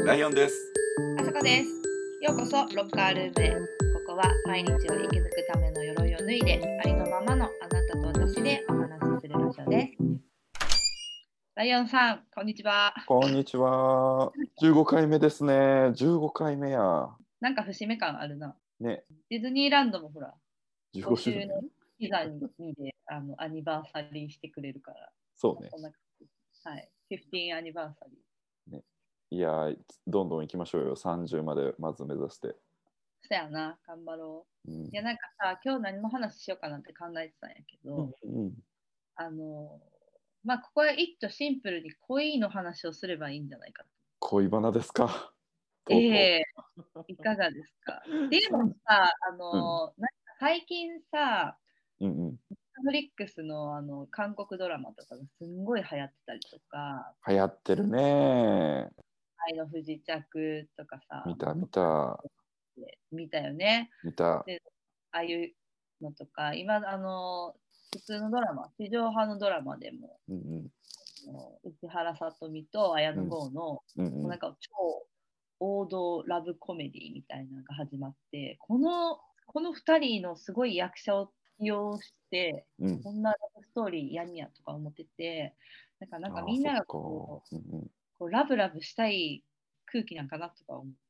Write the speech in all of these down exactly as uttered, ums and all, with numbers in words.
ライオンです。 あさこです。ようこそロッカールームへ。ここは毎日を生き抜くための鎧を脱いで、ありのままのあなたと私でお話しする場所です。ライオンさん、こんにちは。 こんにちは。じゅうごかいめですね。じゅうごかいめや。 なんか節目感あるな。 ね、 ディズニーランドもほら、 15 ご周年。 周年ピザにであのアニバーサリーしてくれるから、 そうね。 こんな感じ。はい。じゅうごアニバーサリー。 ね、いや、どんどん行きましょうよ。さんじゅうまでまず目指して。 そやな、頑張ろう。 うん、 いや、なんかさ、今日何の話しようかなって考えてたんやけうん、 ど、 うん。 あの、まあ、ここは一挙シンプルに恋の話をすればいいんじゃないかと。 恋バナですか。とうとええ、いかがですかっていうのもう。 さ、あうん、 の、なんか最近さ、 うん、うん。 フリックスの、あの韓国ドラマとかがすんごい流行ってたりとか、 流行ってるね。 愛の不時着とかさ、 見た、見た、 見たよね。 見た。 で、ああいうのとか、今、あの、普通のドラマ、地上波のドラマでも、 うん、 石原さとみと綾うん、 野剛の、もうん、うん。 うなんか超王道ラブコメディみたいなのが始まって、この、このふたりのすごい役者を起用して、 うん。 こんなラブストーリーやんやとか思ってて、なんかなんかああ、そっみんながこか。うん、うん。 う、こうラブラブしたい空気なんかなとか思って、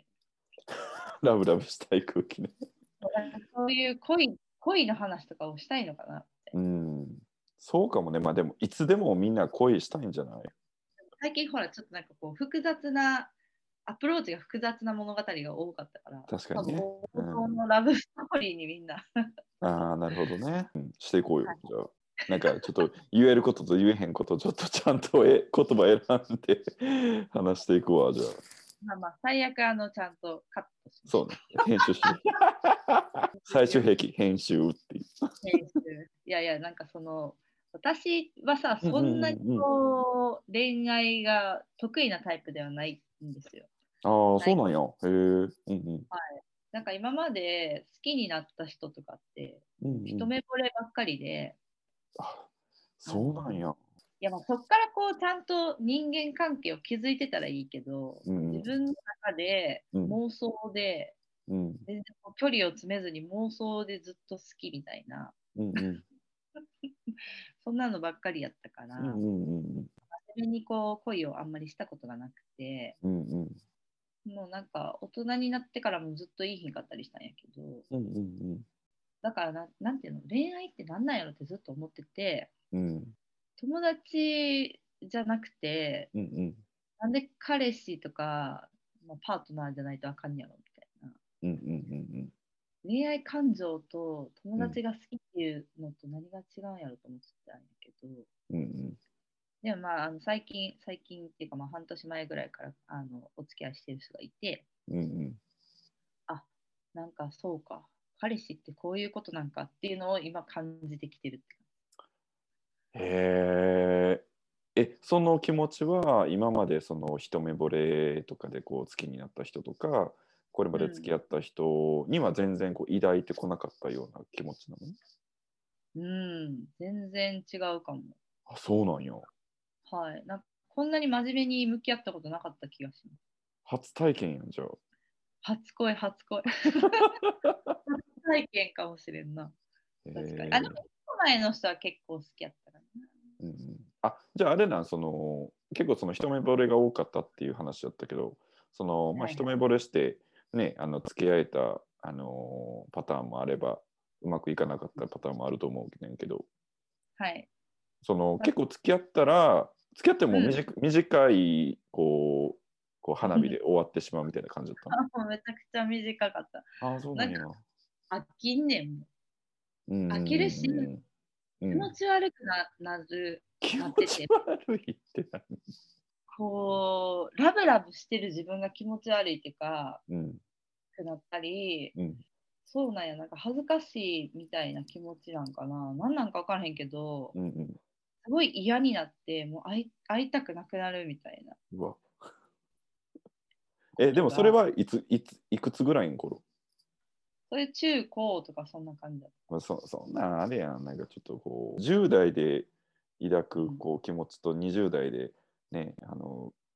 ラブラブしたい空気ね。 そういう恋、恋の話とかをしたいのかなって。 うん。そうかもね。まあでも、いつでもみんな恋したいんじゃない？ 最近ほら、ちょっとなんかこう、複雑な、アプローチが複雑な物語が多かったから、多分確かにね。 王道うん。 のラブストーリーにみんな。 ああ、なるほどね。うん、していこうよ。じゃあ。なんかちょっと言えることと言えへんことちょっとちゃんとえ言葉選んで話していくわ、じゃあ。 まあまあ、最悪、あの、ちゃんとカットします。 そうね。編集し。最終兵器、編集っていう。 編集いやいや、なんかその、私はさ、 うんうそんなにんうん。 こう、恋愛が得意なタイプではないんですよ。 ああ、 ない。 そうなんや。へえ。うんうん。 はい。なんか今まで好きになった人とかって、 うんうん。 一目惚ればっかりで、 あ、 あの、 そうなんや。 いやまあそっからこうちゃんと人間関係を築いてたらいいけど、 うんうん。 自分の中でうん妄想で、 うん。 全然こう距離を詰めずに妄想でずっと好きみたいな、 うんうん。 そんなのばっかりやったから、 うんうんうん。 初めにこう恋をあんまりしたことがなくて、 うんうん。 もうなんか大人になってからもずっといい日があったりしたんやけど、 うんうんだからな、なんていうの、恋愛ってなんなんやろってずっと思ってて、 うん。うん。 友達じゃなくて、 うんうん。 なんで彼氏とか、まあ、パートナーじゃないとあかんやろみたいな。 うんうんうん恋愛感情と友うん。 達が好きっていうのと何が違うんやろと思ってたんやけど、 うんうん。 でもまあ、あの最近、最近っていうかまあ半年前ぐらいからあのお付き合いしてる人がいて、 うんうん。 あ、なんかそうか、彼氏ってこういうことなんかっていうのを今感じてきてるってへえ。え、その気持ちは今までその一目惚れとかでこう好きになった人とか、これまで感じ。 付き合った人には全然こう抱いてこなかったような気持ちなの？ うん、うん、全然違うかも。 あ、そうなんや。 はい。なんかこんなに真面目に向き合ったことなかった気がします。 初体験やん、じゃあ。 初恋、初恋。初体験かもしれんな。 へ確かに。あ、でも、 え。 一個前の人は結構好きやったかな。 うんうん、あ、じゃああれなん、その、結構その一目惚れが多かったっていう話だったけど、その、まあ、 はいはい。 一目惚れして、ね、あの付き合えた、あのパターンもあれば、うまくいかなかったパターンもあると思うねんけど、 はい。 そのまあ、 結構付き合ったら、付き合ってもうん。 短短いこう、こう花火で終わってしまうみたいな感じだったの？ もうめちゃくちゃ短かった。 ああ、そうななんかんや。 飽きんねんもん。 うんう飽きるし、 んうんうん。うん。 気持ち悪くな、なる、 気持ちなってて、 悪いって何？ こう、ラブラブしてる自分が気持ち悪いっていうか、 うん。 くなったり、 うん。 そうなんや、なんか恥ずかしいみたいな気持ちなんかな。なんなんか分からへんけど、 うんうん。 すごい嫌になって、もう会い、会いたくなくなるみたいなうわ。え、でもそれことが、 はいつ、いつ、いくつぐらいの頃？ それ中高とかそんな感じだった。 まあ、そそんなんあれやん、なんかちょっとこう、じゅう代で抱うん。 くこう気持ちとにじゅう代でね、あの、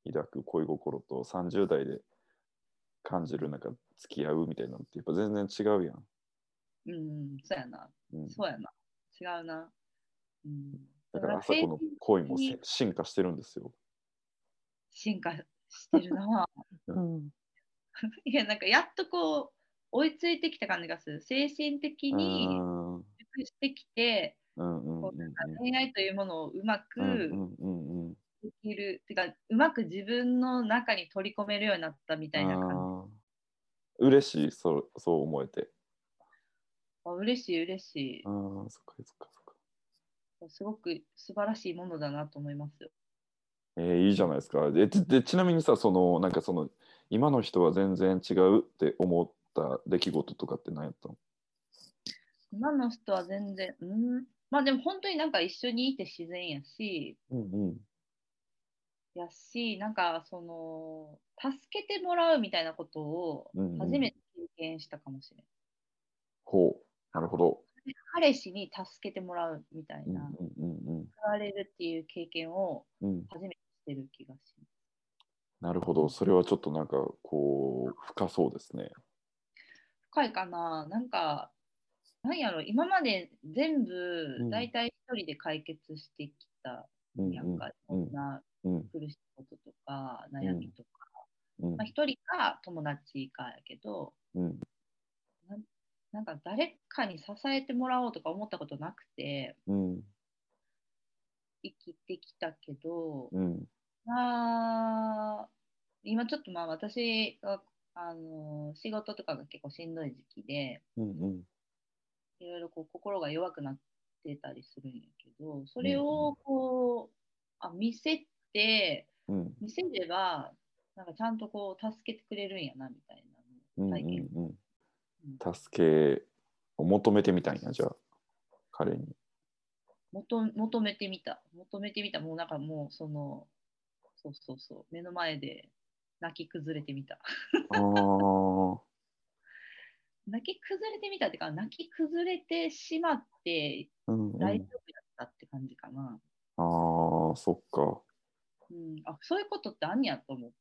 抱く恋心とさんじゅう代で感じるなんか付き合うみたいなのってやっぱ全然違うやん。 うん、そうやな。 うん、 そうやな。違うな。うん、 だだからから朝子の精神恋も的に進化してるんですよ。 進化してるな。 うん。 いや、なんかやっとこう、追いついてきた感じがする。精神的うにんうん熟してきて、 うんうんこうなんかうん恋愛というものをうまくうんうんうんできる、てか、うまく自分の中に取り込めるようになったみたいな感じ。 ああ、嬉しい、そう、そう思えて。 あ、嬉しい、嬉しああ、そっかそっかそっか。 い。すごく素晴らしいものだなと思いますよ。 えー、いいじゃないですか。で、ででちなみにさ、その、なんかその、今の人は全然違うって思った出来事とかって何やったの？ 今の人は全然、うん、まあでも本当になんか一緒にいて自然やし、 うんうんやし、なんかその、助けてもらうみたいなことをうんうん。 初めて経験したかもしれない。 ほう、なるほど。 彼氏に助けてもらうみたいうんな、 うんうん救われるっていう経験をうん。うん、 初めてしてる気がします。 なるほど。それはちょっとなんか、こう、深そうですね。 深いかな、なんか、なんやろ、今まで全うん。 部大体一人で解決してきたうんやんか、いうんうんろんなうん苦しいこととかうん悩みとか、まあ、 うん一人か友達かやけど、 うんなんなんか誰かに支えてもらおうとか思ったことなくてうん生きてきたけど、 うんまあ、今ちょっとまあ私があの仕事とかが結構しんどい時期で、 うんうんいろいろこう心が弱くなってたりするんやけど、そうんれをこうあ見せて、 うん見せれば、なんかちゃんとこう助けてくれるんやなみたいなのうんを体験。 うんうん、 助けを求めてみたいな、じゃあ、彼に。 求求めてみた。求めてみた。もうなんかもうその、そうそうそう、目の前で泣き崩れてみた。 ああ、 泣き崩れてみたっていうか、泣き崩れてしまってうんう大丈ん。 夫だったって感じかな。 ああ、そっか。 うん、あ、そういうことってあんやと思って、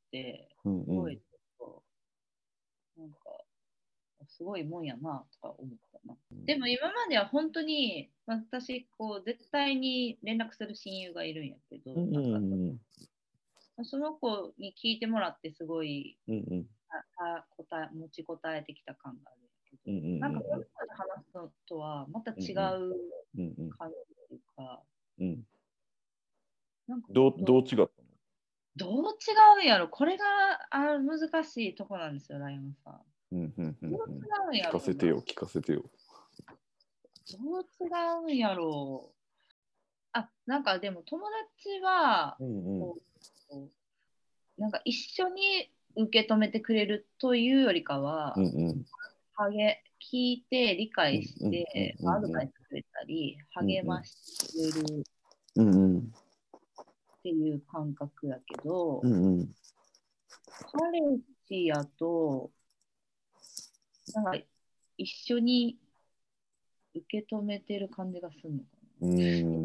うんうんすごい、なんか、すごいもんやなとか思ったな。でも今までは本当に、私、こう、絶対に連絡する親友がいるんやけど、 うんうなんか、 んその子に聞いてもらって、すごい、 うんうんああ答え持ちこたえてきた感があるんやけど、 うんうんなんか、そういう子で話すのとは、また違うんうんううんうん感じっていうか、 うん。 なんかもっどう、どうと、 違ったの？ どう違うんやろ、これがあ難しいとこなんですよ、ライオンさん。 うんうんうんどううん。 違うんや聞かろうな。 せてよ、聞かせてよ。 どう違うんやろう。あ、なんかでも友達は、 うんうんこう、なんか一緒に受け止めてくれるというよりかは、 うんうんはげ聞いて理うん解しうんて、アドうんうんバイスくれたり、 うん励ましてくれるうんうんっていう感覚やけど、 うんうん彼氏やと、なんか一緒に受け止めてる感じがするのかうん。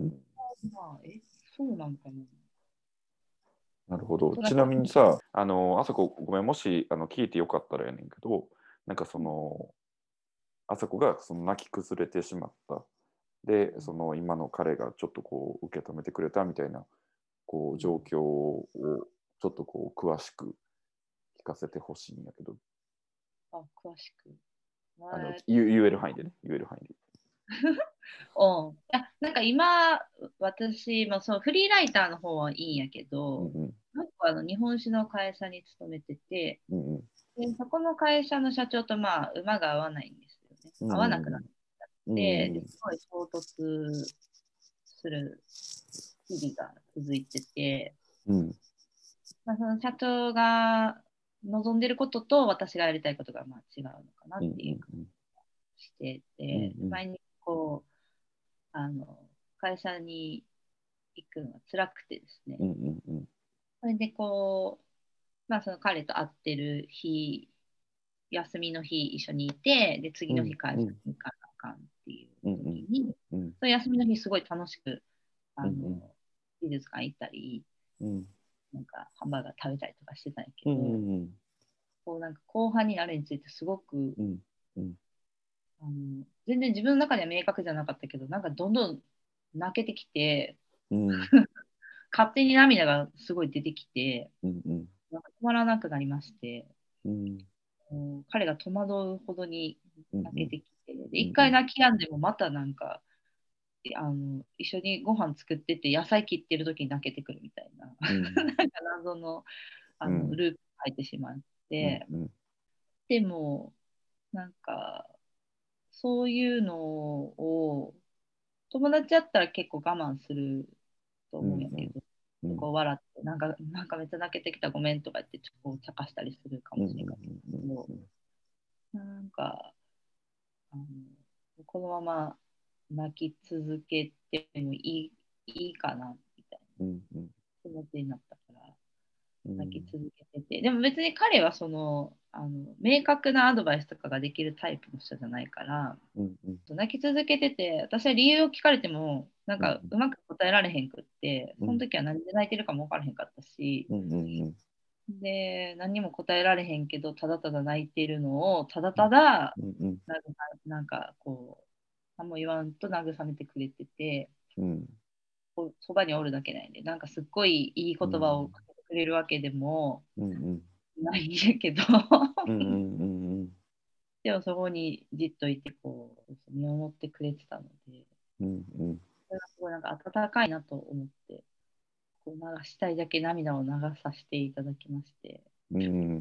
な。まあ、え、そうなんかな。 なるほど。 そうだちなみにさ、あの、あさこ、ごめん、もしあの聞いてよかったらやねんけど、なんかその、あさこがその泣き崩れてしまった。で、その今の彼がちょっとこう受け止めてくれたみたいなこう状況をちょっとこう詳しく聞かせてほしいんやけど、 あ、詳しく。 あのえ言言える範囲でね、言える範囲で。 うん。あ、なんか今、私、まあ、そのフリーライターの方はいいんやけど、 うんうんなんかあの日本酒の会社に勤めてて、 うんで、そこの会社の社長とまあ馬が合わないんですよね。 うん合わなくなっうんて、 うんですごい衝突する日々が続いてて、 うんまあ、その社長が望んでることと私がやりたいことがまあ違うのかなうんっていう感じしてて、 うんうん毎日こう、あの、会社に行くのが辛くてですね。 うんうんうんそれでこう、まあその彼と会ってる日、休みの日一緒にいて、で、次の日会社に行かなあかんっていう時に、 うんその休みの日すごい楽しく、あの、 うん美術館行ったり、 うんなんかハンバーガー食べたりとかしてたんやけど、 うんうんこうなんか後半になるについてすごく、 うんうんあの全然自分の中では明確じゃなかったけど、なんかどんどん泣けてきて、 うん勝手に涙がすごい出てきて、 うんうんなんか止まらなくなりまして、 うんもう彼が戸惑うほどにうん泣けてきて、でうん一回泣き止んでもまたなんか、あの一緒にご飯作ってて野菜切ってる時に泣けてくるみたいな、 うんうんなんか謎の、あのループが入ってしまっうんて、 うんでもなんかそういうのを友達だったら結構我慢するとうん思うんやけど、 うんこう笑ってなんか、なんかめっちゃ泣けてきたごめんとか言ってちょっと茶化したりするかうんもしれないけど、なんかあのこのまま泣き続けてもいい、いいかなみたいなうんうん気持ちになったからうん泣き続けてて、でも別に彼はその、あの明確なアドバイスとかができるタイプの人じゃないから、 うんうん泣き続けてて、私は理由を聞かれてもなんうんかうまく答えられへんくって、 うんその時は何で泣いてるかも分からへんかったし、 うんうんで何にも答えられへんけどただただ泣いてるのをただただうんうんなんかなんかこう何も言わんと慰めてくれてて、 うんこうそばにおるだけなんで、なんかすっごいいい言葉をかけてくれるわけでもうんうんないんやけどうんうんうんでもそこにじっといてこう見守ってくれてたので、 うんうんそれがすごいなんか温かいなと思って、こう流したいだけ涙を流させていただきまして、 うん。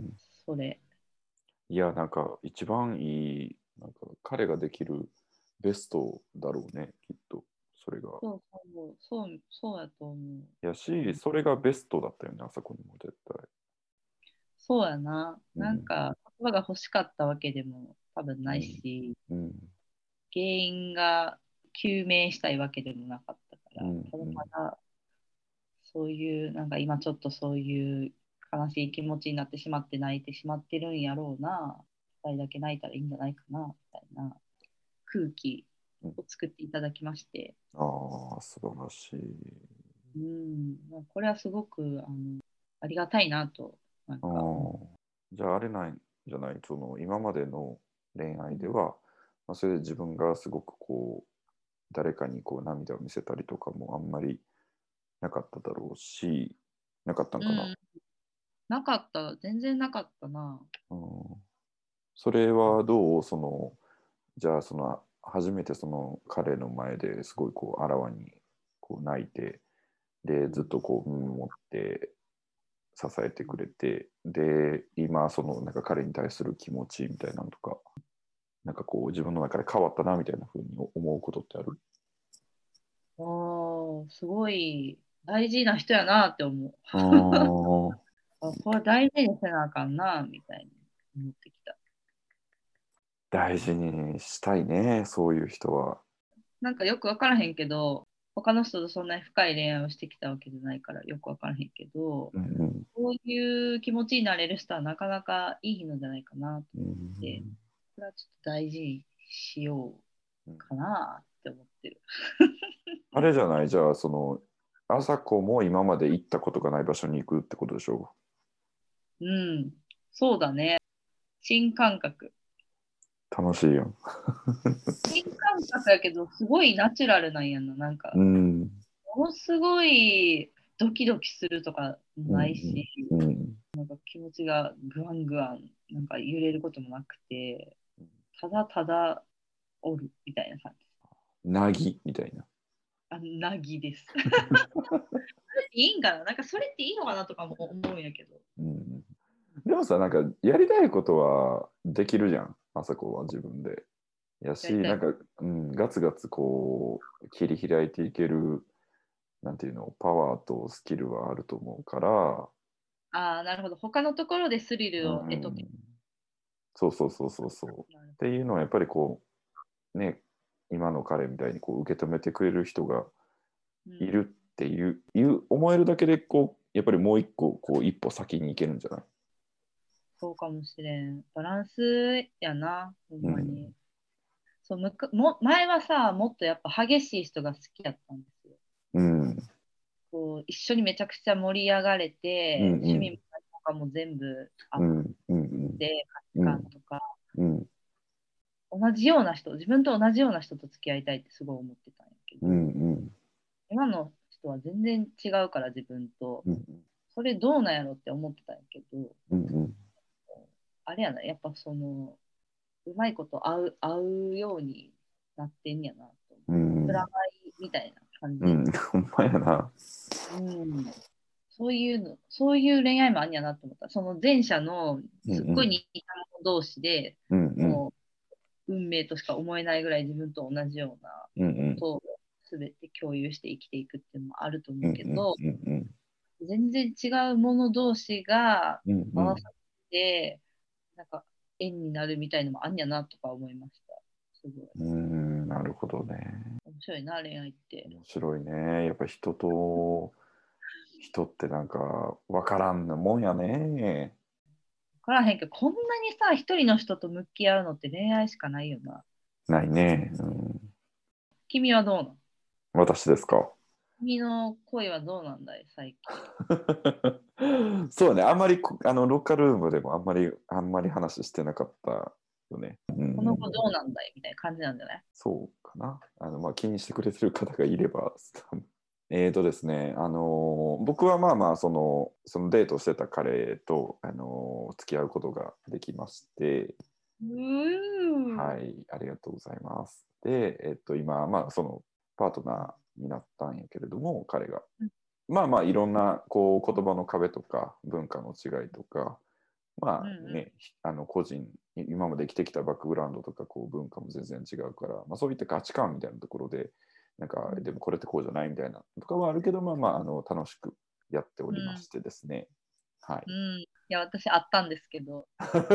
それ。 いや、なんか一番いい、なんか彼ができるベストだろうね、きっと。それが。 そうそうそう、そうやと思う。 やし、それがベストだったよね、あそこにも絶対。 そうやな。 うんなんか言葉が欲しかったわけでも多分ないうんし、 うん原因が究明したいわけでもなかったかうら、ただんうんただそういう、なんか今ちょっとそういう悲しい気持ちになってしまって泣いてしまってるんやろうな、ふたりだけ泣いたらいいんじゃないかな、みたいな空気うんを作っていただきまして、 ああ、素晴らしい。 うん、まあこれはすごくあのありがたいなと、なんあか思あ、じゃああれないんじゃない、その今までの恋う。 愛では、まあ、それで自分がすごくこう、誰かにこう涙を見せたりとかもあんまりなかっただろうし、なかったんかな。 うん、なかった、全然なかったな。 うん、それはどうその、じゃあその、初めてその彼の前ですごいこう、あらわにこう泣いて、で、ずっとこう、見守って支えてくれて、で、今、その、なんか彼に対する気持ちみたいなのとか、なんかこう、自分の中で変わったなみたいなふうに思うことってある？ おー、すごい大事な人やなって思う。 あーあ、これ大事にせなあかんな、みたいに思ってきた。 大事にしたいね、そういう人は。 なんかよくわからへんけど、他の人とそんなに深い恋愛をしてきたわけじゃないからよくわからへんけど、 うんうんこういう気持ちになれる人はなかなかいいのじゃないかなとう思って、 んこれはちょっと大事にしようんうかなって思ってる。 あれじゃない、じゃあ、その、朝子も今まで行ったことがない場所に行くってことでしょうん、そうだね。新感覚。 う？楽しいよ。 新感覚やけど、すごいナチュラルなんやな。なんか、 うん。 ものすごいドキドキするとかもうんないし、 うんうんなんか気持ちがグワングワン、なんか揺れることもなくて、ただただおるみたいな感じ。 なぎみたいな。 あ、なぎです。いいんかな、なんかそれっていいのかなとかも思うんやけど。 うん、でもさ、なんかやりたいことはできるじゃん、あそこは自分で。やし、 やりたい。 なんか、うん、ガツガツこう、切り開いていける、なんていうの、パワーとスキルはあると思うから、 ああ、なるほど。他のところでスリうルを得とけ。 ん、そうそうそうそうそう。 なるっていうのはやっぱりこう、ね、今の彼みたいにこう受け止めてくれる人がうん、 いるっていう、いう思えるだけでこう、やっぱりもう一個こう一歩先に行けるんじゃない？ そうかもしれん。バランスやな、ほんうん。 まに。そうむかも前はさ、もっとやっぱ激しい人が好きだったんですよ。 うん。 こう一緒にめちゃくちゃ盛り上がれて、 うんうん趣味とかも全部あっうんうんて、価値うん観とか、 うん同じような人、自分と同じような人と付き合いたいってすごい思ってたんやけど、 うんうん今の人は全然違うから自分と、 うんそれどうなんやろって思ってたんやけど、 うんうんあれやな、やっぱその、うまいこと合う、合うようになってんやなとう思う。プラんマイみたいな感じ。 うん、ほんまやな。 うん。そういうの、そういう恋愛もあんやなと思った。その前者のうんすっごい似た者同士で、 うんうんもう運命としか思えないぐらい自分と同じようなうんうんことを全て共有して生きていくっていうのもあるとうん思うけど、 うんうん全然違う者同士がうんうん合わさって、なんか縁になるみたいのもあんやなとか思いました。すごい。 うん、なるほどね。 面白いな、恋愛って。 面白いね。やっぱ人と人ってなんか分からんなもんやね。 分からへんけど、こんなにさ、一人の人と向き合うのって恋愛しかないよな。 ないね。うん、 君はどうなの？ 私ですか。 君の恋はどうなんだい、最そうね、あんまりこあのロッカールームでもあんまりあんまり話してなかったよね。う近。このん、 子どうなんだいみたいな感じなんじゃない？ そうかな。あのまあ気にしてくれてる方がいれば。えーとですね、あのー僕はまあまあそのそのデートしてた彼と、あのー付き合うことができまして、 うーはい、ありがとうございます。で、えっと、今、まあ、そのパートナーになったんやけれども、彼が。まあまあ、いろんなこう言葉の壁とか文化の違いとか、まあうんうんね、あの個人、今まで生きてきたバックグラウンドとかこう文化も全然違うから、まあ、そういった価値観みたいなところで、なんか、でもこれってこうじゃないみたいなとかはあるけど、まあまあ、あの楽しくやっておりましてですね。はい。 うん。いや、私あったんですけど、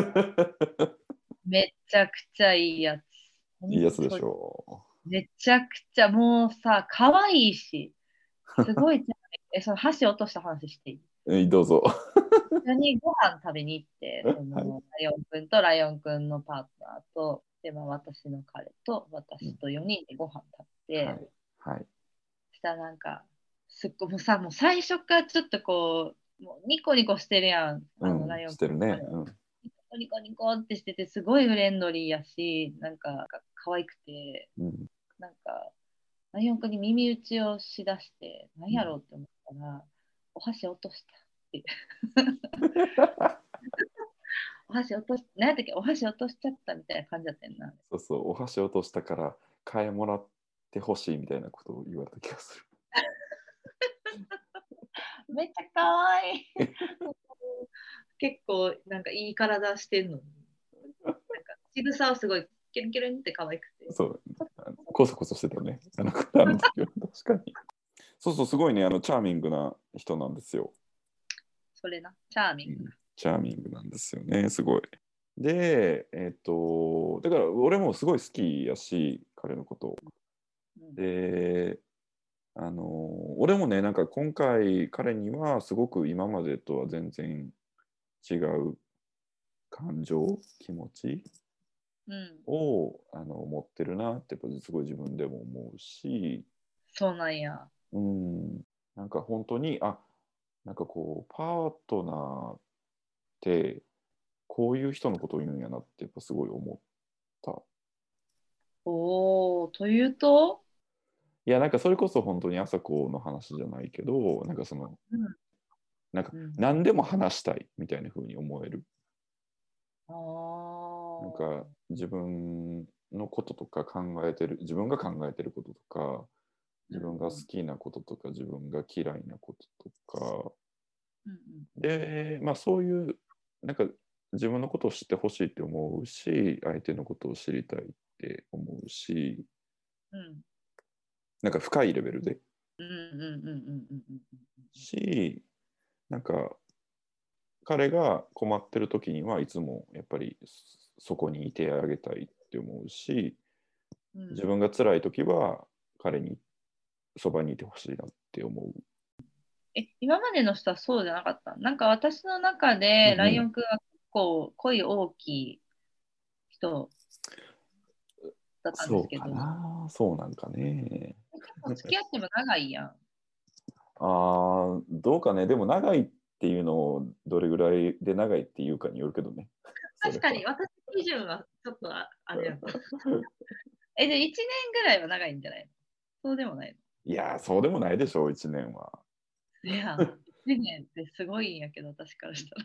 めちゃくちゃいいやつ。 いいやつでし本当にょめちゃくちゃもうさ、可愛いし、すごい。え、その箸落とした話していい？ う。えどうぞ。 一緒にご飯食べに行って、そはい。 のライオンくんとライオンくんのパートナーと、で、まあ、私の彼とうん私とよにんでご飯食べて、 はい。はい。 そしたらなんか、すっごいもうさ、もう最初からちょっとこう、もうニコニコしてるやん、あのうん、 ライオンくんしてるね。 の彼は。 うん。 ニコニコニコってしてて、すごいフレンドリーやし、なんか可愛くて、 うん。 なんか、ライオンくんに耳打ちをしだして、何やろうって思ったら、お箸落としたってお箸落とし、何やったっけ、お箸落としちゃったみたいな感じだったよな。 そうそう、お箸落としたから替えもらってほしいみたいなことを言われた気がすめっちゃ可愛い。 る。 結構、なんかいい体してんのに。なんか、仕草はすごい、キュルンキュルンって可愛くて。 そう、あのこそこそしてたね。あのあの時は確かに。そうそう、すごいね、あのチャーミングな人なんですよ。 それな、チャーミング。 うん、チャーミングなんですよね、すごい。で、えっと、だから俺もすごい好きやし、彼のこと。 うん、 で、あの、俺もね、なんか今回彼にはすごく今までとは全然違う感情、気持ちうん、 をあの持ってるなってやっぱすごい自分でも思うし、 そうなんや。 うん、なんか本当に、あ、なんかこう、パートナーってこういう人のことを言うんやなってやっぱすごい思った。 おー、というと？ いや、なんかそれこそ本当に朝子の話じゃないけど、なんかその、 うん、 なんかうん。 何でも話したいみたいな風に思える。 あなんかー、 自分のこととか考えてる、自分が考えてることとか、自分が好うん、 きなこととか、自分が嫌いなこととか、 うん、うん、 で、まあそういう、なんか自分のことを知ってほしいって思うし、相手のことを知りたいって思うし、 うん、 なんか深いレベルでうん、うん、うん、うん、うん、うん、うん。 し、なんか彼が困ってる時にはいつもやっぱりそこにいてあげたいって思うし、 うん。 自分が辛い時は彼にそばにいてほしいなって思う。 え、今までの人はそうじゃなかった？なんか私の中うんでライうん、 オンくんは結構恋大きい人だったんでそうかすけど、結な、そうなんかね。 構付き合っても長いやん。 ああ、どうかね。でも長いっていうのをどれぐらいで長いっていうかによるけどね。それは。 確かに、私基準はちょっとああれやな。え、で、いちねんぐらいは長いんじゃないの？そうでもないの？ いやー、そうでもないでしょう、いちねんは。 いや、いちねんってすごいんやけど、私からしたら。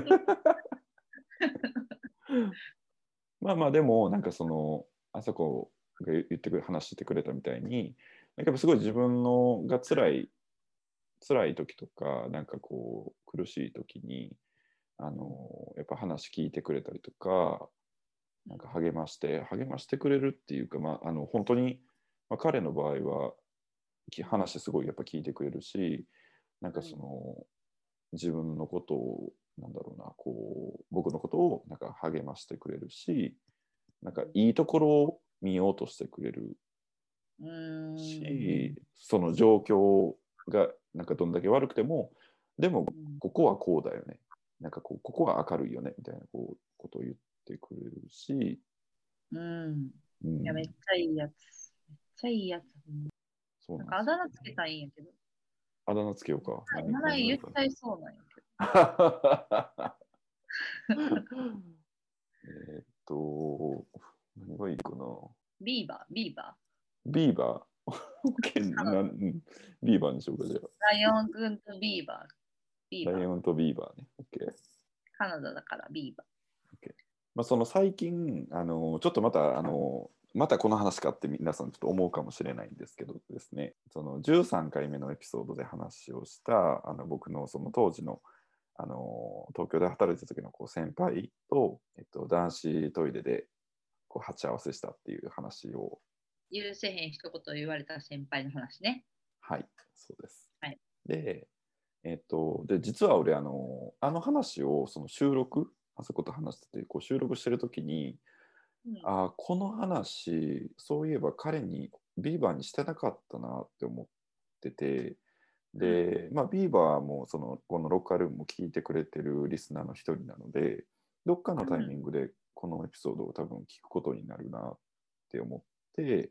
まあまあ、でも、なんかその、あそこが言ってくれ、話してくれたみたいに、なんかすごい自分のが辛い、辛い時とか、なんかこう、苦しい時に、あの、やっぱ話聞いてくれたりとか、なんか励まして、励ましてくれるっていうか、まあ、あの本当に、まあ、彼の場合は、き話すごいやっぱ聞いてくれるし、なんかその、自分のことを、なんだろうな、こう、僕のことをなんか励ましてくれるし、なんかいいところを見ようとしてくれるうーん。 し、その状況がなんかどんだけ悪くても、でもここはこうだよね。なんかこう、ここは明るいよねみたいなこうことを言ってくれるし、 うん。いや、めっちうん、 ゃいいやつ。めっちゃいいやつ。なんかあそうなんですよ。 だ名つけたいんやけど。 あだ名つけようか。何、 名前何がいいか言っちゃいそうなんやけど。 な。えーっと、何がいいかな。 ビーバー、ビーバビーバー。 ー。 なんうんビーバーにしようか、じゃあ。 ライオンくんとビーバー。ビーバー。 ライオンとビーバーね。OK。 カナダだからビーバ OK。まあ、その最近、あの、ちょっとまた、あの、またこの話かって皆さんちょっと思うかもしれないんですけどですね、そのじゅうさんかいめのエピソードで話をしたあの僕のその当時の、あの東京で働いてた時のこう先輩と、えっと、男子トイレでこう鉢合わせしたっていう話を、 ー。許せへん一言言われた先輩の話ね。 はい、そうです。 はい。 で、えっと、で実は俺あの、あの話をその収録、あそこと話しててこう収録してる時に、 うん。 あ、この話、そういえば彼に、ビーバーにしてなかったなって思ってて、 うん。 で、まあ、ビーバーもその、このロッカールームも聞いてくれてるリスナーの一人なので、どっかのタイミングでこのエピソードを多分聞くことになるなって思って、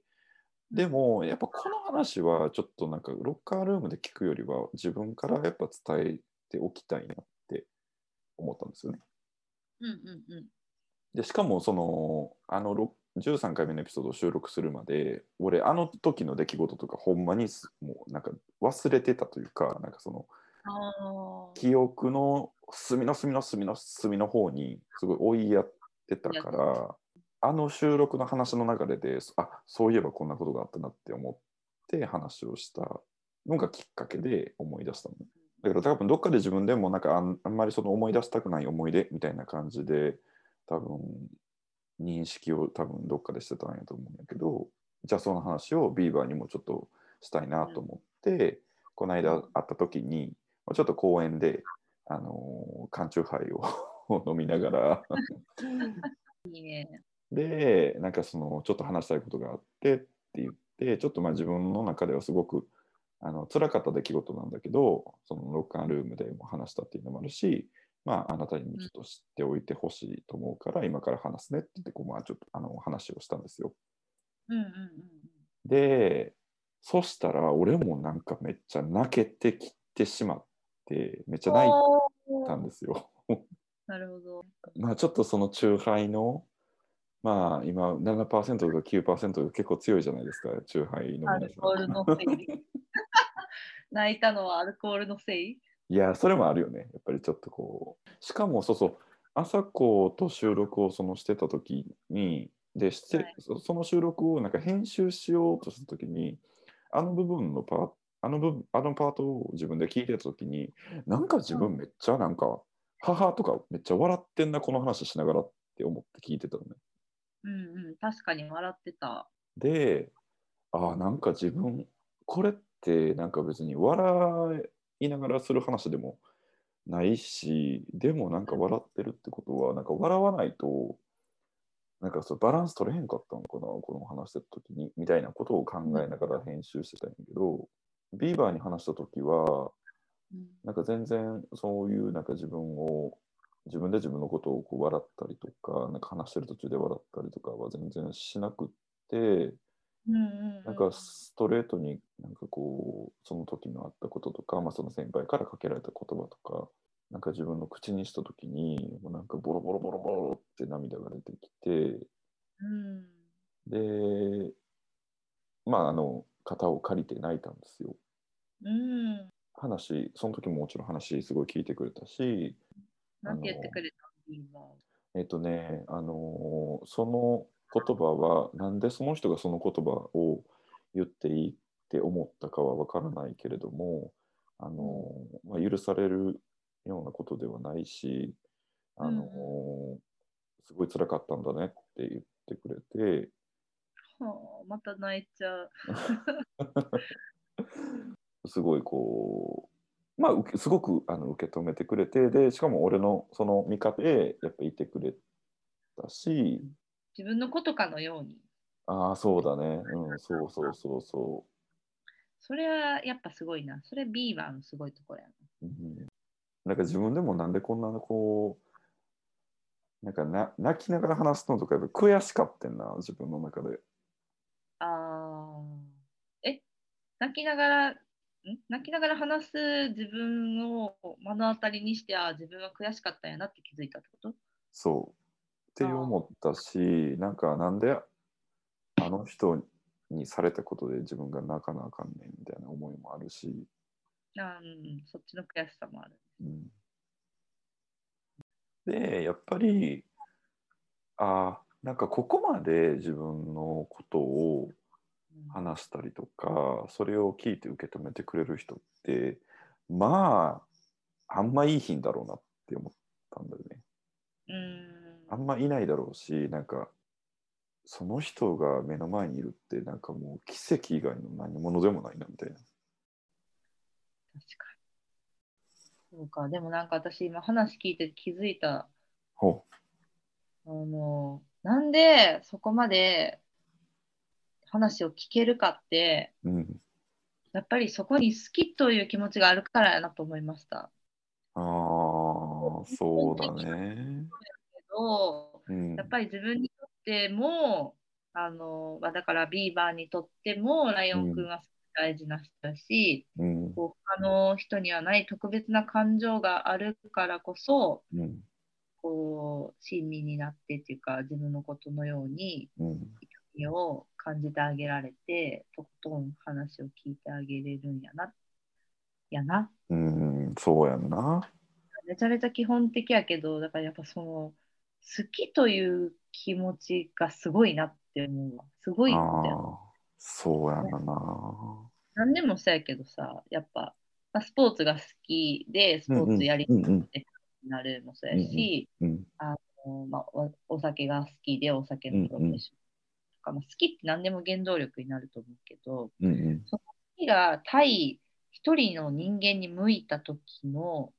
でも、やっぱこの話はちょっとなんかロッカールームで聞くよりは自分からやっぱ伝えておきたいなって思ったんですよね。 うんうんうん。 で、しかも、その、あの、ろじゅうさんかいめのエピソードを収録するまで、俺、あの時の出来事とか、ほんまにすもう、なんか忘れてたというか、なんかその、 ああ。 記憶の隅の隅の隅の隅の方に、すごい追いやってたいや、 から、あの収録の話の流れで、あ、そういえばこんなことがあったなって思って話をしたのがきっかけで思い出したのね。だから多分どっかで自分でもなんかあん、あんまりその思い出したくない思い出みたいな感じで多分認識を多分どっかでしてたんやと思うんやけど、じゃあその話をビーバーにもちょっとしたいなと思って、この間会った時にちょっと公園で、あのー、缶チューハイを飲みながらいいね。 で、なんかそのちょっと話したいことがあってって言って、ちょっとまあ自分の中ではすごくあの辛かった出来事なんだけど、そのロッカールームでも話したっていうのもあるし、まあ、あなたにもちょっと知っておいてほしいと思うから、今から話すねって言って、こうまあちょっとあの話をしたんですよ。 うんうんうんで、そしたら俺もなんかめっちゃ泣けてきてしまって、めっちゃ泣いおたんー。 ですよ。 なるほど。 まあちょっとそのチューハイの、まあ今ななパーセントとかきゅうパーセントが結構強いじゃないですか、チューハイのア皆さん。 ルコールのせい。泣いたのはアルコールのせい。 いや、それもあるよね。やっぱりちょっとこう。しかも、そうそう、朝子と収録をそのしてた時に、でして、 はい。 そその収録をなんか編集しようとした時に、あの部分のパート、あの部分、あのパートを自分で聞いてた時に、なんか自分めっちゃなんか、母とかめっちゃ笑ってんな、この話しながらって思って聞いてたのね。 うんうん。確かに笑ってた。 で、ああ、なんか自分、これってなんか別に笑いながらする話でもないし、でもなんか笑ってるってことは、なんか笑わないと、なんかそうバランス取れへんかったのかな、この話してた時に、みたいなことを考うんえながら編集してたんやけど、ビーバーに話した時は、 うんなんか全然そういうなんか自分を、自分で自分のことをこう笑ったりとか、なんか話してる途中で笑ったりとかは全然しなくって、 うんうんなんかストレートになんかこう、その時のあったこととか、まあ、その先輩からかけられた言葉とか、なんか自分の口にした時に、もうなんかボロボロボロボロって涙が出てきて、 うんで、まあ、あの、肩を借りて泣いたんですよ。 うん話、その時ももちろん話すごい聞いてくれたし、あなんて言っての、 くれたのビーバー？ えっとね、あの、その言葉は、なんでその人がその言葉を言っていいって思ったかはわからないけれども、あの、まあ、許されるようなことではないし、あうんうの、 んすごい辛かったんだねって言ってくれて、 はあ、また泣いちゃう。 すごいこう、まあ、受けすごくあの受け止めてくれて、で、しかも俺のその味方でやっぱいてくれたし、 自分のことかのように。 ああ、そうだね。うん、そうそうそうそそれはやっぱすごいな。それビーバーのすごいところやな。 う。うん、なんか自分でもなんでこんなこう、なんかな泣きながら話すのとかやっぱ悔しかったんな、自分の中で。 あー。え、泣きながら、ん泣きながら話す自分を目の当たりにして、あー自分は悔しかったんやなって気づいたってこと？ そう。ってあ思ったし、なんかなんであの人にされたことで自分が泣かなあかんねんみたいな思いもあるし、 ーあー、うん、そっちの悔しさもある。 うん、で、やっぱり、あ、なんかここまで自分のことをうん話したりとか、それを聞いて受け止めてくれる人って、まあ、あんまいい日だろうなって思ったんだよね。 うーん、 あんまいないだろうし、なんか、その人が目の前にいるって、なんかもう奇跡以外の何者でもないなみたいな。 確かに。そうか。でもなんか私今話聞いて気づいた。 ほあの、なんでそこまで話を聞けるかって、 う。うん。 やっぱりそこに好きという気持ちがあるからやなと思いました。 ああ、そうだね。 けど、 うん。 やっぱり自分にとっても、あの、まあだからビーバーにとっても、ライオンくんうん。 は大事な人だし、 うん。 こう他の人にはない特別な感情があるからこそ、 うん。 こう、親身になってっていうか、自分のことのように、 うん。 痛みを感じてあげられて、とことん話を聞いてあげれるんやな、やな。 うん、そうやんな。 めちゃめちゃ基本的やけど、だからやっぱその、好きという気持ちがすごいなって思うわ。すごあいことやな。 あ、そうやんなな。 何でもそうやけどさ、やっぱ、まあ、スポーツが好きで、スうんうんポーツやりうんうんたいになるもそううんうんやし、 うんあの、まあ、お、お酒が好きで、お酒のプロフェッうんショナルとか、まあ、好きって何でも原動力になると思うけど、 うんうんその好きが対一人の人間に向いた時の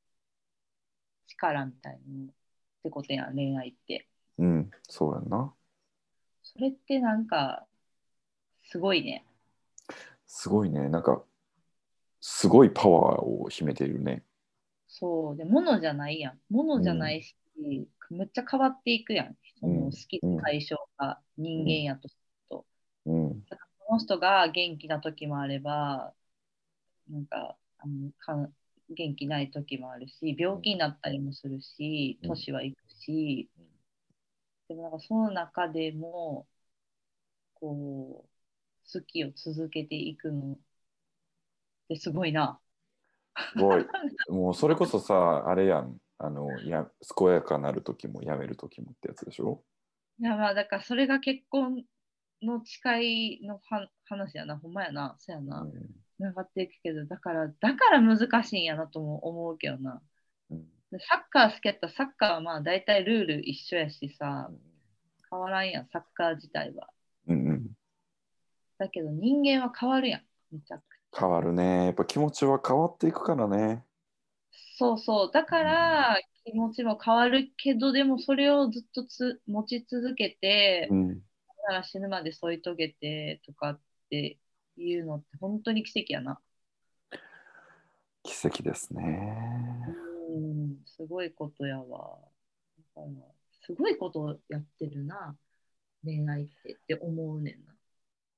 力みたいなのってことやん、恋愛って。 うん、そうやんな。 それってなんか、すごいね。 すごいね。なんか、すごいパワーを秘めているね。 そう。で、ものじゃないやん。ものじゃなうんいし、むっちゃ変わっていくやん。その好うんきうんな対象が人うん間やとすると。 うんだからその人が元気な時もあれば、なんか、あのか元気ない時もあるし、病気になったりもするし、 うん年はいくし、でもなんかその中でも、こう、好きを続けていくのってすごいな。 すごい。もうそれこそさ、あれやん。あの、や、健やかなる時もやめる時もってやつでしょ？ いや、まあ、だからそれが結婚の誓いのは話やな、ほんまやな、そやな、 うんつながっていくけど、だから、だから難しいんやなとも思うけどな。 うんでサッカー好きやったら、サッカーはまあ大体ルール一緒やしさ、 うん変わらんやん、サッカー自体は。 うんうん、 だけど人間は変わるやん、めちゃくちゃ。 変わるね。やっぱ気持ちは変わっていくからね。 そうそう、だかうんら気持ちも変わるけど、でもそれをずっとつ持ち続けて、 うんだから死ぬまで添い遂げてとかっていうのって本当に奇跡やな。 奇跡ですね。 うん、すごいことやわ。だからすごいことやってるな、恋愛ってって思うねんな。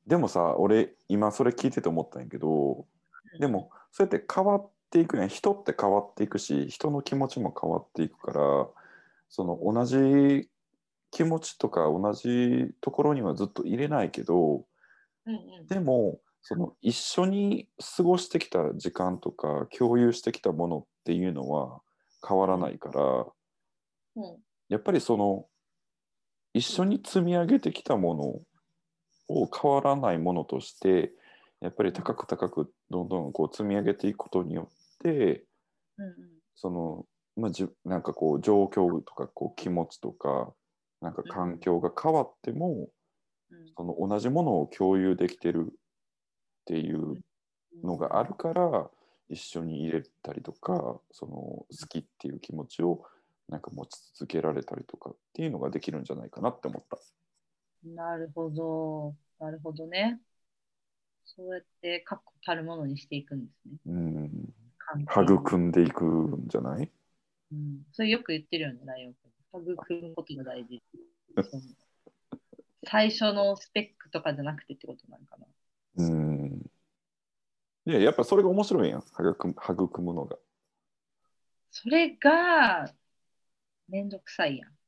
でもさ、俺今それ聞いてて思ったんやけど、でもそうやって変わっていくやん。人って変わっていくし、人の気持ちも変わっていくから、その同じ気持ちとか同じところにはずっと入れないけど、 うんうんでもその一緒に過ごしてきた時間とか共有してきたものっていうのは変わらないから、 うんやっぱりその一緒に積み上げてきたものを変わらないものとしてやっぱり高く高くどんどんこう積み上げていくことによってうんうんその、まあ、じなんかこう状況とかこう気持ちとかなんか環境が変わっても、 うんその同じものを共有できてるっていうのがあるから一緒に入れたりとかその好きっていう気持ちをなんか持ち続けられたりとかっていうのができるんじゃないかなって思った。 なるほど。なるほどね。そうやって確固たるものにしていくんですね。 うん、 関係を。 育んでいくんじゃない？ うん、それよく言ってるよね、ライオン君。育むことが大事。その最初のスペックとかじゃなくてってことなのかな。 うん。いや、やっぱそれが面白いやん、育む育むのが。 それがめんどくさいやん。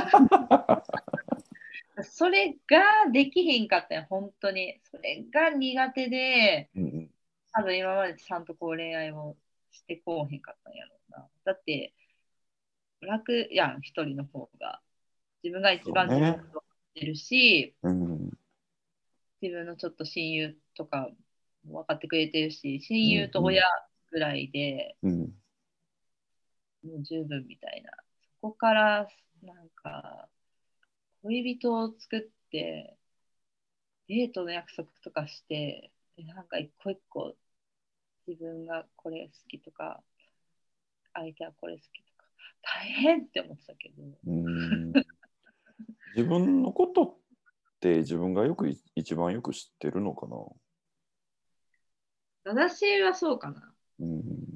それができへんかったよ、本当に。それが苦手で、 うん、 多分今までちゃんとこう恋愛をしてこうへんかったんやろうな。だって、楽やん、一人の方が。自分が一番自分のそうね。 ことを知ってるし、 うん、 自分のちょっと親友とかも分かってくれてるし、親うん、うん、 友と親ぐらいでうん、 もう十分みたいな。そこからなんか恋人を作ってデートの約束とかして、なんか一個一個自分がこれ好きとか、相手はこれ好きとか、大変って思ってたけど。 うん。自分のことって自分がよく一番よく知ってるのかな。 私はそうかな。 うん、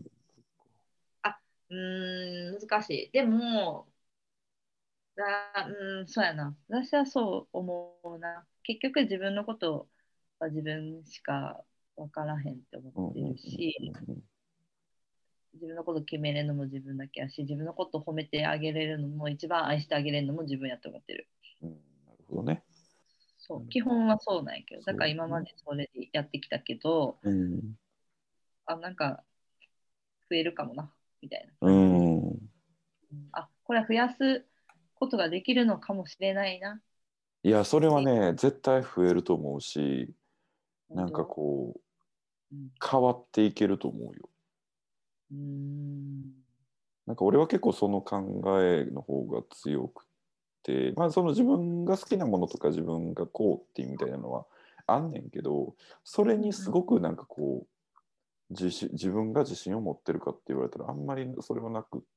あ、うーん、難しい。でも、だ、うん、そうやな。私はそう思うな。結局自分のことは自分しか分からへんって思っうん、うん、 てるし、 うん、 自分のこと決めれるのも自分だけやし、自分のことを褒めてあげれるのも、一番愛してあげれるのも自分やと思ってる。 うん、なるほどね。 そう、基本はそうなんやけど、だから今そうね。 までそれでやってきたけど、 うん、 あ、なんか増えるかもな、みたいなう感じで。 ん。 うん、あ、これは増やすことができるのかもしれないなっいや、それはて、 ね、絶対増えると思うし、なんか本当、 こう、 うん、 変わっていけると思うよ。 うーん。 なんか俺は結構その考えの方が強くて、まあその自分が好きなものとか自分がこうっていうみたいなのはあんねんけど、それにすうんうんごくなんかこう、自信、自分が自信を持ってるかって言われたらあんまりそれはなくって、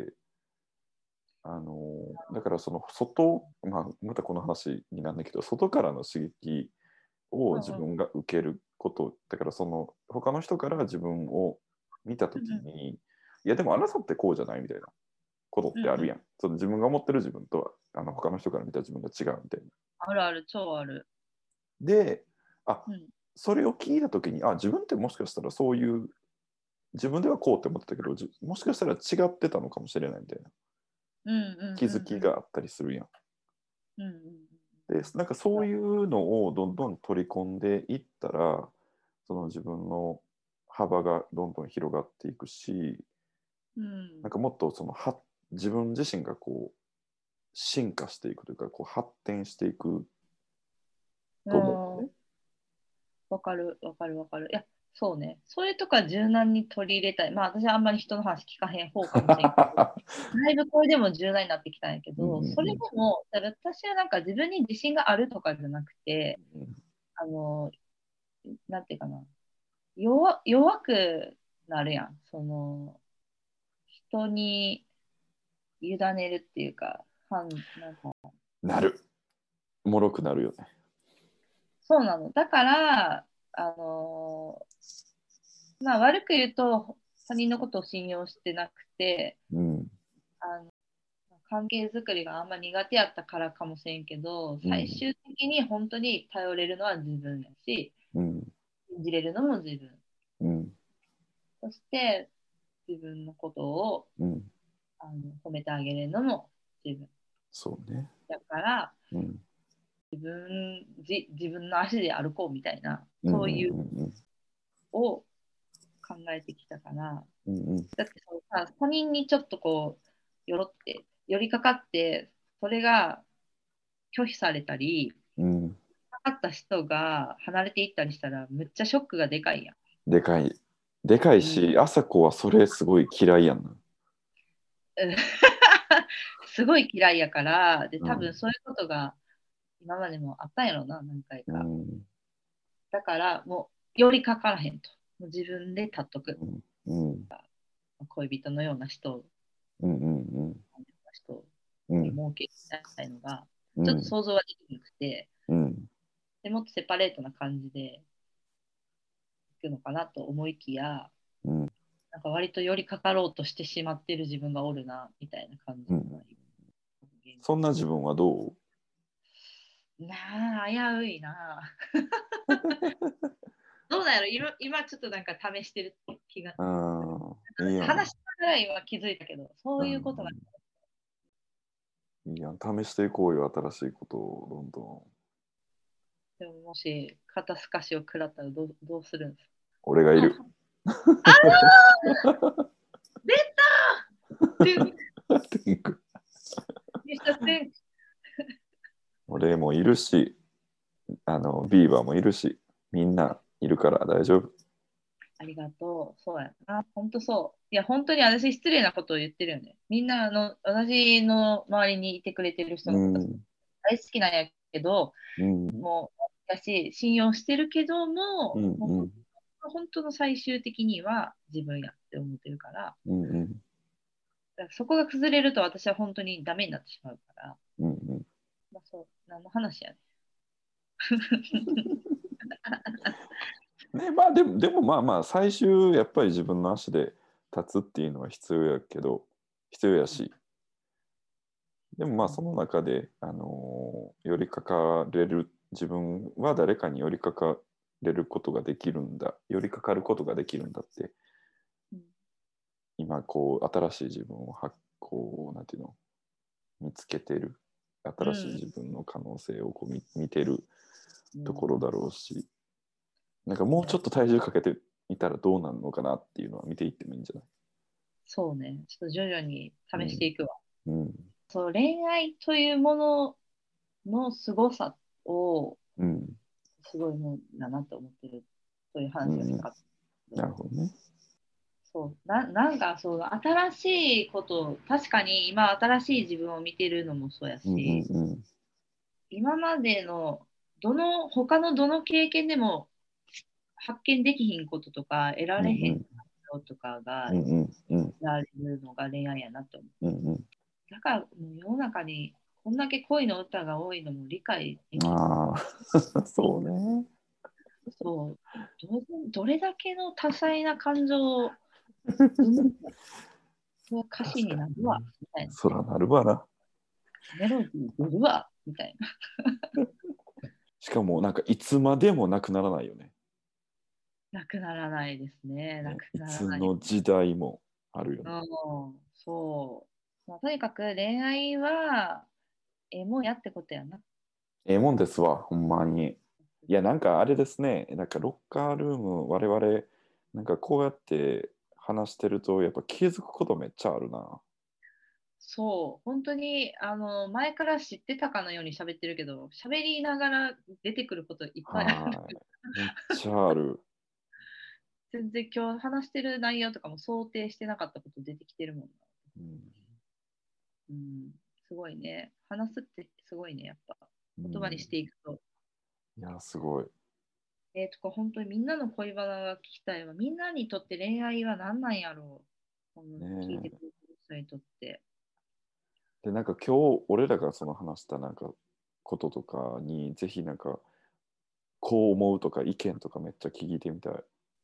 あの、だからその外、まあまたこの話になんだけど、外からの刺激を自うんうん分が受けること、だからその他の人から自分を見たとうんうんきに、いやでもあなたってこうじゃないみたいなことっうんうん、 てあるやん。その自分が思ってる自分とはあの他の人から見た自分が違うみたいな。 あるある、超ある。 で、あ、 うん。 それを聞いたときに、あ、自分ってもしかしたらそういう、自分ではこうって思ってたけど、もしかしたら違ってたのかもしれないみたいなうんうん気づうんうん。 きがあったりするやん。 うんうんで、なんかそういうのをどんどん取り込んでいったら、その自分の幅がどんどん広がっていくし、 うん。 なんかもっとそのは自分自身がこう進化していくというか、こう発展していくうん。 と思うんだよね。 ああ、わかる、わかる、わかる。いや、そうね。そういうとこは柔軟に取り入れたい。まあ、私はあんまり人の話聞かへん方かもしれんけど、だいぶこれでも柔軟になってきたんやけうんうど、それでんも、だから私はなんか自分に自信があるとかじゃなくて、 うんあの、なんていうかな、弱、弱くなるやん。その、人に委ねるっていうか、はん、なんか、 なる。もろくなるよね。 そうなの。だから、あのまあ、悪く言うと、他人のことを信用してなくて、 うん。 あの関係づくりがあんま苦手やったからかもしれんけど、 うん最終的に本当に頼れるのは自分やし、 うん信じれるのも自分。 うんそして自分のことをうんあの褒めてあげるのも自分。 そうね。 だから、 うん自分じ自分の足で歩こうみたいな、 うんうんそういううんを考えてきたから、 うんうんだってそうさ、他人にちょっとこう、よろって、寄りかかって、それが拒否されたり、 うんかかった人が離れていったりしたら、むっちゃショックがでかいやん。 でかい。でかいうん、 し、あさこはそれすごい嫌いやんな。 すごい嫌いやから、で、多うん分そういうことが今までもあったんやろな、何回か。 うんだから、もう、寄りかからへんと。もう自分で立っとく。 うん恋人のような人、 うんうん人にうん設けたいのが、ちょっとうん想像はできなくて、 うんでもっとセパレートな感じでいくのかなと思いきや、 うんなんか割と寄りかかろうとしてしまってる自分がおるな、みたいな感じうん。 のがそんな自分はどう？ なあ、危ういな。どうだろう今、今ちょっとなんか試してる気が。 うん、いいやん。 話したぐらいは気づいたけど、そういうことが。 うん、いいやん。試していこうよ、新しいことをどんどん。 でももし肩透かしを食らったらどうどうするんですか？ 俺がいる。 あー出た天天狗。 ミスター天俺もいるし、あの、ビーバーもいるし、みんないるから大丈夫。 ありがとう。そうやな。本当そう。いや、本当に私失礼なことを言ってるよね。みんなあの私の周りにいてくれてる人うのことん、 大好きなんやけど、 うん、 もう、だし、信用してるけども、 うん、 もうほんうん、 本当の最終的には自分やって思ってるから、 うん、うん、 だからそこが崩れると私は本当にダメになってしまうから、 うん。 まあ、そう、何の話やね。 ね、まあでも、でもまあまあ、最終やっぱり自分の足で立つっていうのは必要やけど、必要やし、でもまあその中で、あのー寄りかかれる、自分は誰かに寄りかかれることができるんだ、寄りかかることができるんだって、 うん今こう、新しい自分をはこう、なんていうの、見つけてる、新しい自分の可能性をこう見見てるところだろうし、なんかもうちょっと体重かけてみたらどうなるのかなっていうのは見ていってもいいんじゃない？ そうね、ちょっと徐々に試していくわ。 うん、 そう、恋愛というものの凄さをうん、 すごいもんだなと思ってるといううん、 話がしたかった。 なるほどね。 そうな、なんかそう新しいこと確かに今新しい自分を見てるのもそうやうん、うん、 し、 うん、 今までのどの他のどの経験でも発見できひんこととか得らうん、 れへんうん、 こととかがうん、うん、うん、 得られるのが恋愛やなと思う。 うん、 だからもう世の中にこんだけ恋の歌が多いのも理解できる。 ああ、そうね。 そうどどれだけの多彩な感情を生むそれは歌詞になるわみたいな。 そらなるわな。 メロディー出るわみたいな。 しかもなんかいつまでもなくならないよね。 なくならないですね。なね、 くいならない。 つの時代もあるよね。 うん、そう。まあ、とにかく恋愛は、ええもんやってことやな。 ええもんですわ、ほんまに。いや、なんかあれですね、なんかロッカールーム、我々、なんかこうやって話してると、やっぱ気づくことめっちゃあるな。 そう、本当にあの前から知ってたかのように喋ってるけど、喋りながら出てくることいっぱいある。 はい。めっちゃある。 全然今日話してる内容とかも想定してなかったこと出てきてるもんな。 うん、 うん、すごいね。話すってすごいね、やっぱ。言葉にしうん、 ていくと。 いや、すごい。 えー、とか、本当にみんなの恋バナが聞きたいわ。みんなにとって恋愛は何なんやろう。この聞いてねくれてる人にとって。 で、なんか今日、俺らがその話したなんかこととかに、ぜひなんか、こう思うとか意見とかめっちゃ聞いてみたい。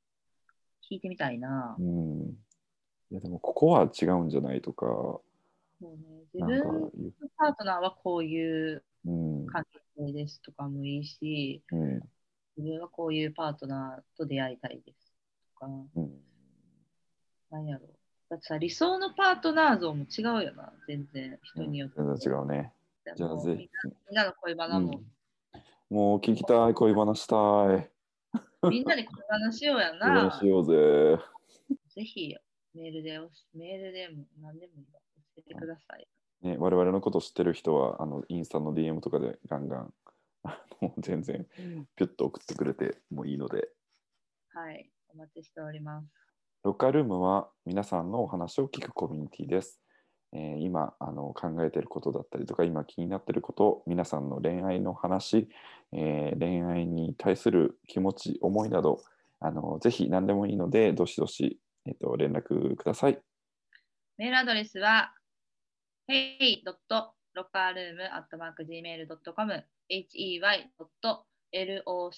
聞いてみたいな。 うん。いや、でもここは違うんじゃないとか、 そうね、自なんか分のパートナーはこういううん関係ですとかもいいし、 うん自分はこういうパートナーと出会いたいですとか、 うんなんやろう。だってさ、理想のパートナー像も違うよな、全然、人によって。 全然違うね。じゃあぜもうみんなみんなの恋バひ、うナも、 ん、もう聞きたい、恋バナしたい。 みんなで恋バナしようや恋バナしな。 ようぜ。 ぜひメールでおし、メールでも何でもいいわ教えてください。 ね、我々のこと知ってる人はあのインスタの ディーエム とかでガンガンあの全然ピュッと送ってくれてもいいので。 はい、お待ちしております。 ロッカールームは皆さんのお話を聞くコミュニティです。えー今あの考えていることだったりとか今気になっていること、皆さんの恋愛の話、えー恋愛に対する気持ち、思いなどあのぜひ何でもいいのでどしどし、えーと連絡ください。 メールアドレスは ヘイ ドット ロッカールーム アットマーク ジーメール ドット コム ヘイ ドット ロッ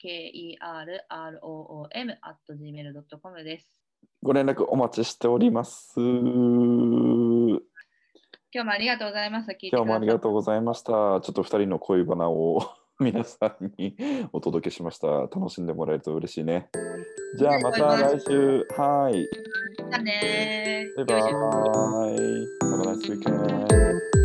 カールーム アット ジーメール ドット コム です。 ご連絡お待ちしております。今今日もありがとうございました。聞いて日もありくださって。 がとうございました。ちょっとふたりの恋バナを皆さんにお届けしました。楽しんでもらえると嬉しいね。じゃあまた来週。はい。 じゃあねー。 バイバよいしょ。 イ。Have a nice weekend.